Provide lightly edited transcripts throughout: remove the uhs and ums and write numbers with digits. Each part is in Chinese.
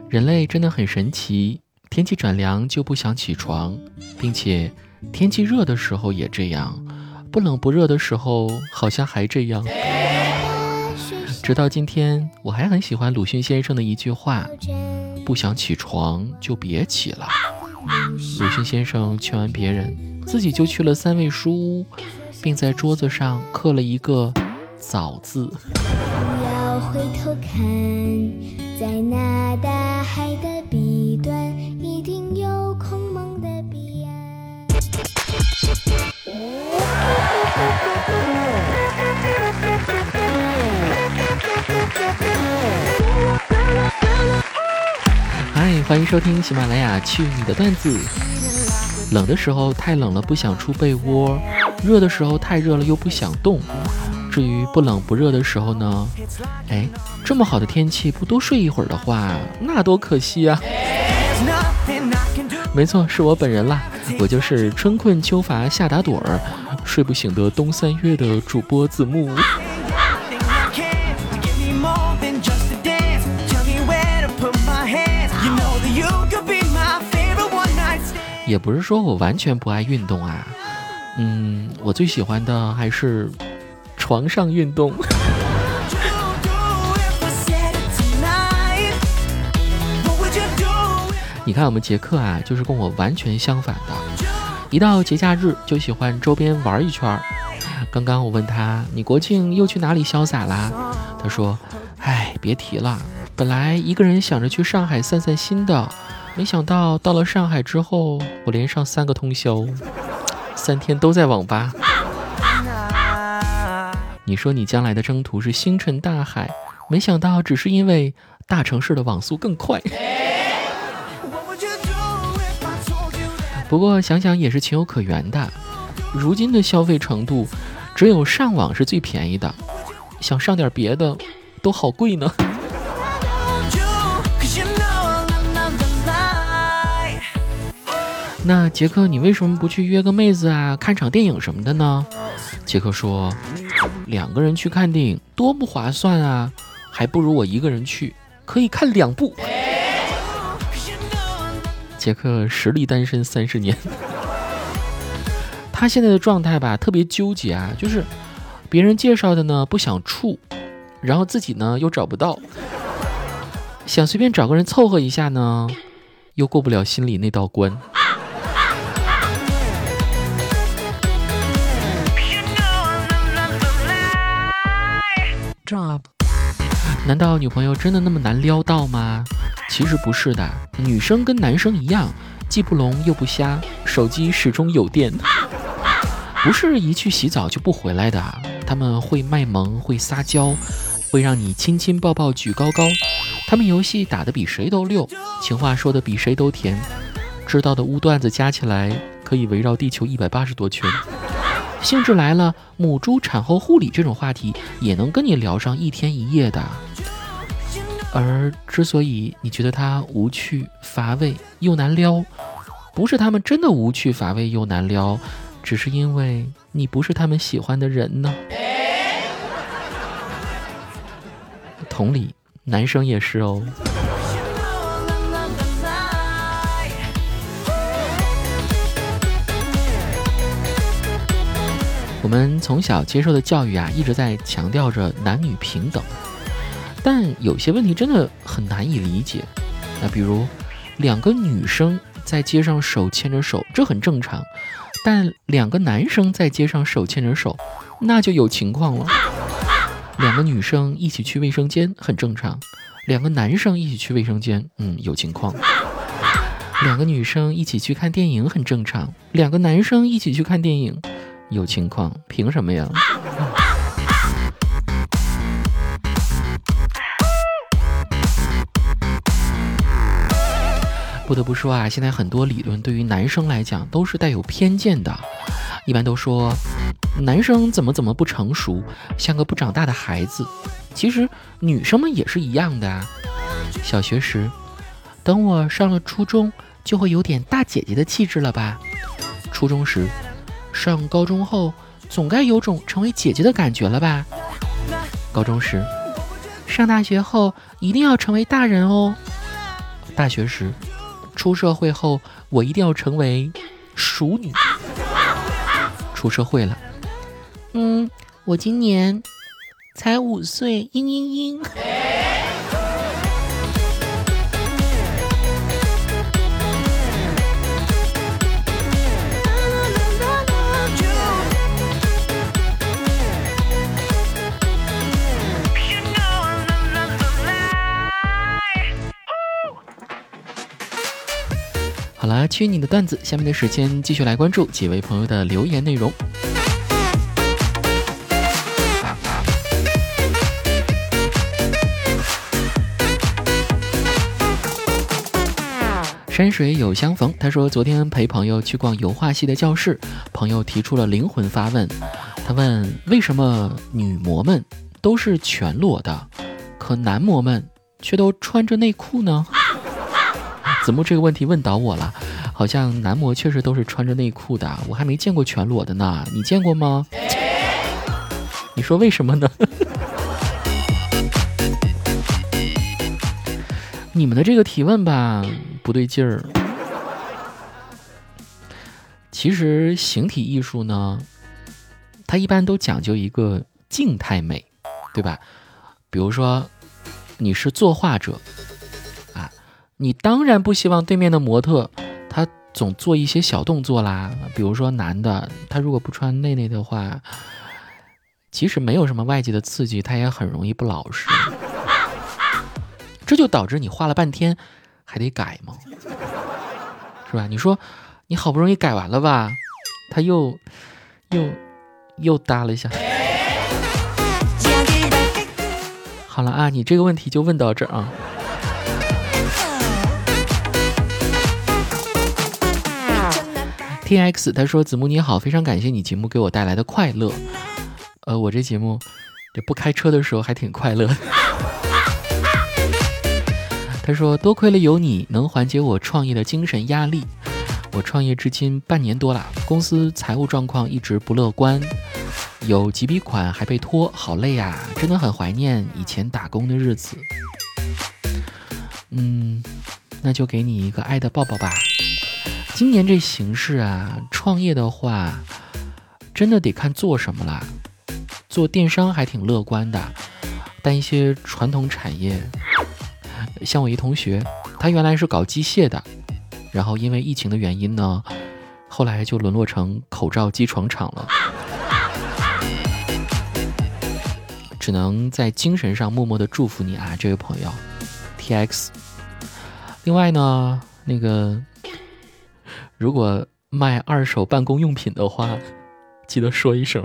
人类真的很神奇，天气转凉就不想起床，并且天气热的时候也这样，不冷不热的时候好像还这样。直到今天，我还很喜欢鲁迅先生的一句话：不想起床就别起了。鲁迅先生劝完别人，自己就去了3味书屋，并在桌子上刻了一个早字。 不要回头看，在那大海的彼端，一定有空梦的彼岸。 嗨，欢迎收听喜马拉雅去你的段子。冷的时候太冷了不想出被窝，热的时候太热了又不想动。至于不冷不热的时候呢，这么好的天气不多睡一会儿的话，那多可惜啊。没错，是我本人啦，我就是春困秋乏夏打盹儿，睡不醒的冬3月的主播子木。也不是说我完全不爱运动啊，我最喜欢的还是床上运动。你看我们杰克啊，就是跟我完全相反的，一到节假日就喜欢周边玩一圈。刚刚我问他，你国庆又去哪里潇洒啦？他说，别提了，本来一个人想着去上海散散心的，没想到到了上海之后，我连上3个通宵，3天都在网吧。你说你将来的征途是星辰大海，没想到只是因为大城市的网速更快。不过想想也是情有可原的，如今的消费程度，只有上网是最便宜的，想上点别的都好贵呢。那杰克，你为什么不去约个妹子啊，看场电影什么的呢？杰克说，2个人去看电影多不划算啊，还不如我一个人去，可以看2部。杰克实力单身30年。他现在的状态吧，特别纠结啊，就是别人介绍的呢不想处，然后自己呢又找不到，想随便找个人凑合一下呢，又过不了心里那道关。难道女朋友真的那么难撩到吗？其实不是的，女生跟男生一样，既不聋又不瞎，手机始终有电。不是一去洗澡就不回来的，他们会卖萌，会撒娇，会让你亲亲抱抱举高高。他们游戏打得比谁都溜，情话说得比谁都甜，知道的污段子加起来可以围绕地球180多圈。兴致来了，母猪产后护理这种话题也能跟你聊上1天1夜的。而之所以你觉得它无趣乏味又难撩，不是他们真的无趣乏味又难撩，只是因为你不是他们喜欢的人呢。同理，男生也是哦。我们从小接受的教育啊，一直在强调着男女平等，但有些问题真的很难以理解。那比如2个女生在街上手牵着手，这很正常，但2个男生在街上手牵着手，那就有情况了。2个女生一起去卫生间很正常，2个男生一起去卫生间，有情况。2个女生一起去看电影很正常，2个男生一起去看电影有情况，凭什么呀？不得不说啊，现在很多理论对于男生来讲都是带有偏见的。一般都说男生怎么不成熟，像个不长大的孩子。其实女生们也是一样的啊。小学时，等我上了初中，就会有点大姐姐的气质了吧？初中时，上高中后，总该有种成为姐姐的感觉了吧？高中时，上大学后一定要成为大人哦。 大学时，出社会后我一定要成为熟女。出社会了，我今年才5岁，嘤嘤嘤。好了，去你的段子，下面的时间继续来关注几位朋友的留言内容。山水有相逢，他说昨天陪朋友去逛油画系的教室，朋友提出了灵魂发问，他问为什么女模们都是全裸的，可男模们却都穿着内裤呢？子木这个问题问倒我了，好像男模确实都是穿着内裤的，我还没见过全裸的呢，你见过吗？你说为什么呢？你们的这个提问吧不对劲儿。其实形体艺术呢，它一般都讲究一个静态美，对吧？比如说你是作画者啊，你当然不希望对面的模特他总做一些小动作啦，比如说男的他如果不穿内内的话，即使没有什么外界的刺激，他也很容易不老实，这就导致你画了半天还得改嘛，是吧？你说你好不容易改完了吧，他又搭了一下。好了啊，你这个问题就问到这儿啊。TX 他说子木你好，非常感谢你节目给我带来的快乐。我这节目这不开车的时候还挺快乐的。他说多亏了有你能缓解我创业的精神压力，我创业至今半年多了，公司财务状况一直不乐观，有几笔款还被拖，好累啊，真的很怀念以前打工的日子。那就给你一个爱的抱抱吧。今年这形势啊，创业的话真的得看做什么啦。做电商还挺乐观的，但一些传统产业，像我一同学，他原来是搞机械的，然后因为疫情的原因呢，后来就沦落成口罩机床厂了。只能在精神上默默的祝福你啊，这位朋友 TX。 另外呢，那个如果卖二手办公用品的话，记得说一声。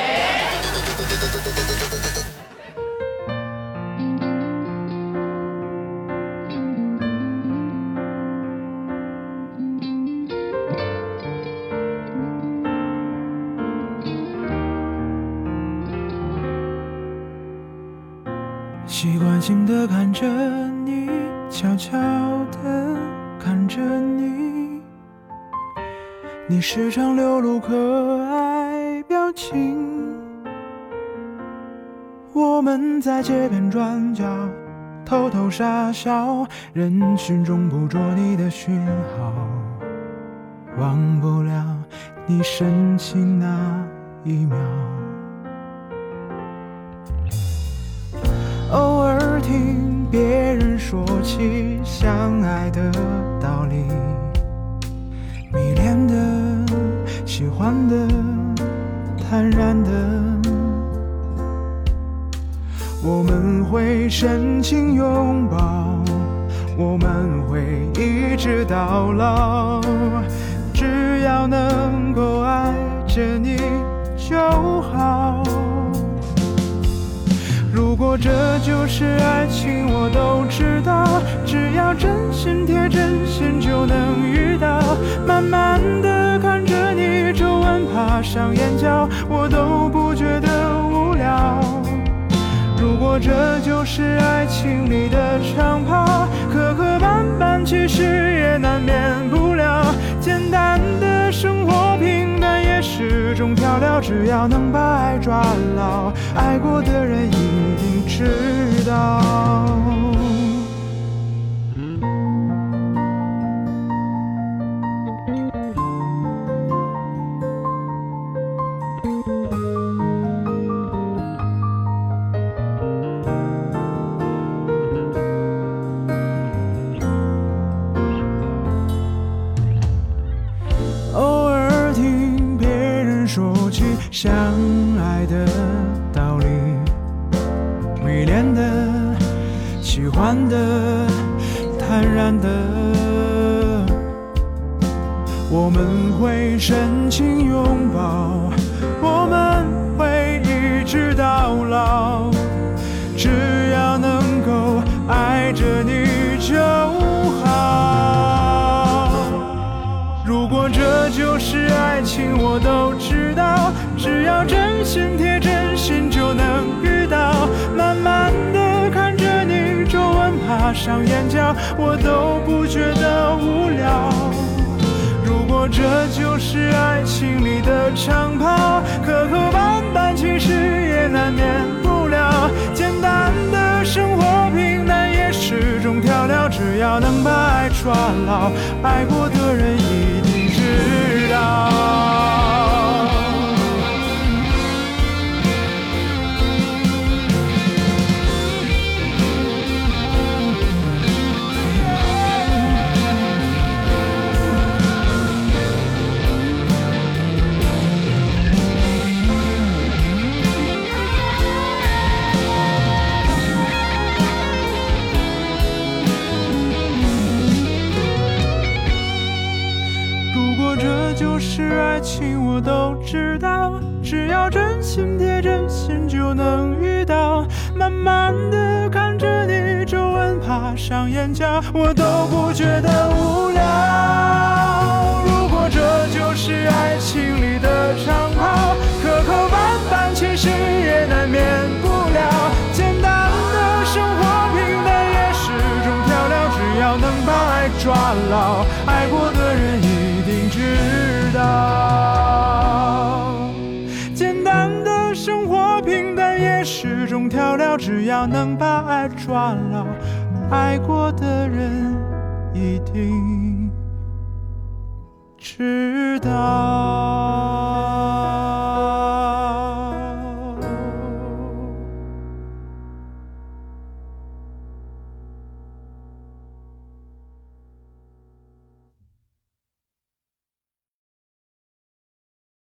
习惯性的看着你，悄悄的看着你，你时常流露可爱表情。我们在街边转角偷偷傻笑，人群中捕捉你的讯号，忘不了你深情那一秒。偶尔听别人说起相爱的道理，迷恋的、喜欢的、坦然的，我们会深情拥抱，我们会一直到老，只要能够爱着你就好。如果这就是爱情，我都知道，只要真心贴真心就能遇到。慢慢地看着你皱纹爬上眼角，我都不觉得无聊。如果这就是爱情里的长跑，磕磕绊绊其实也难免不了。简单的生活平淡也是种调料，只要能把爱抓牢，爱过的人一定知道。 喜欢的，坦然的，我们会深情拥抱，我们会一直到老，只要能够爱着你就好。如果这就是爱情，我都知道，只要真心贴真心就能遇到，慢慢的看着你皱纹爬上眼角，我都不觉得无聊。如果这就是爱情里的长跑，磕磕绊绊其实也难免不了，简单的生活平淡也是种调料，只要能把爱抓牢，爱过的人一定知道。就是爱情，我都知道，只要真心贴真心就能遇到，慢慢的看着你皱纹爬上眼角，我都不觉得无聊。如果这就是爱情里的长跑，磕磕绊绊其实也难免不了，简单的生活平淡也是种调料，只要能把爱抓牢，爱过的人一定知道。简单的生活平淡也是种调料，只要能把爱抓牢，爱过的人一定知道。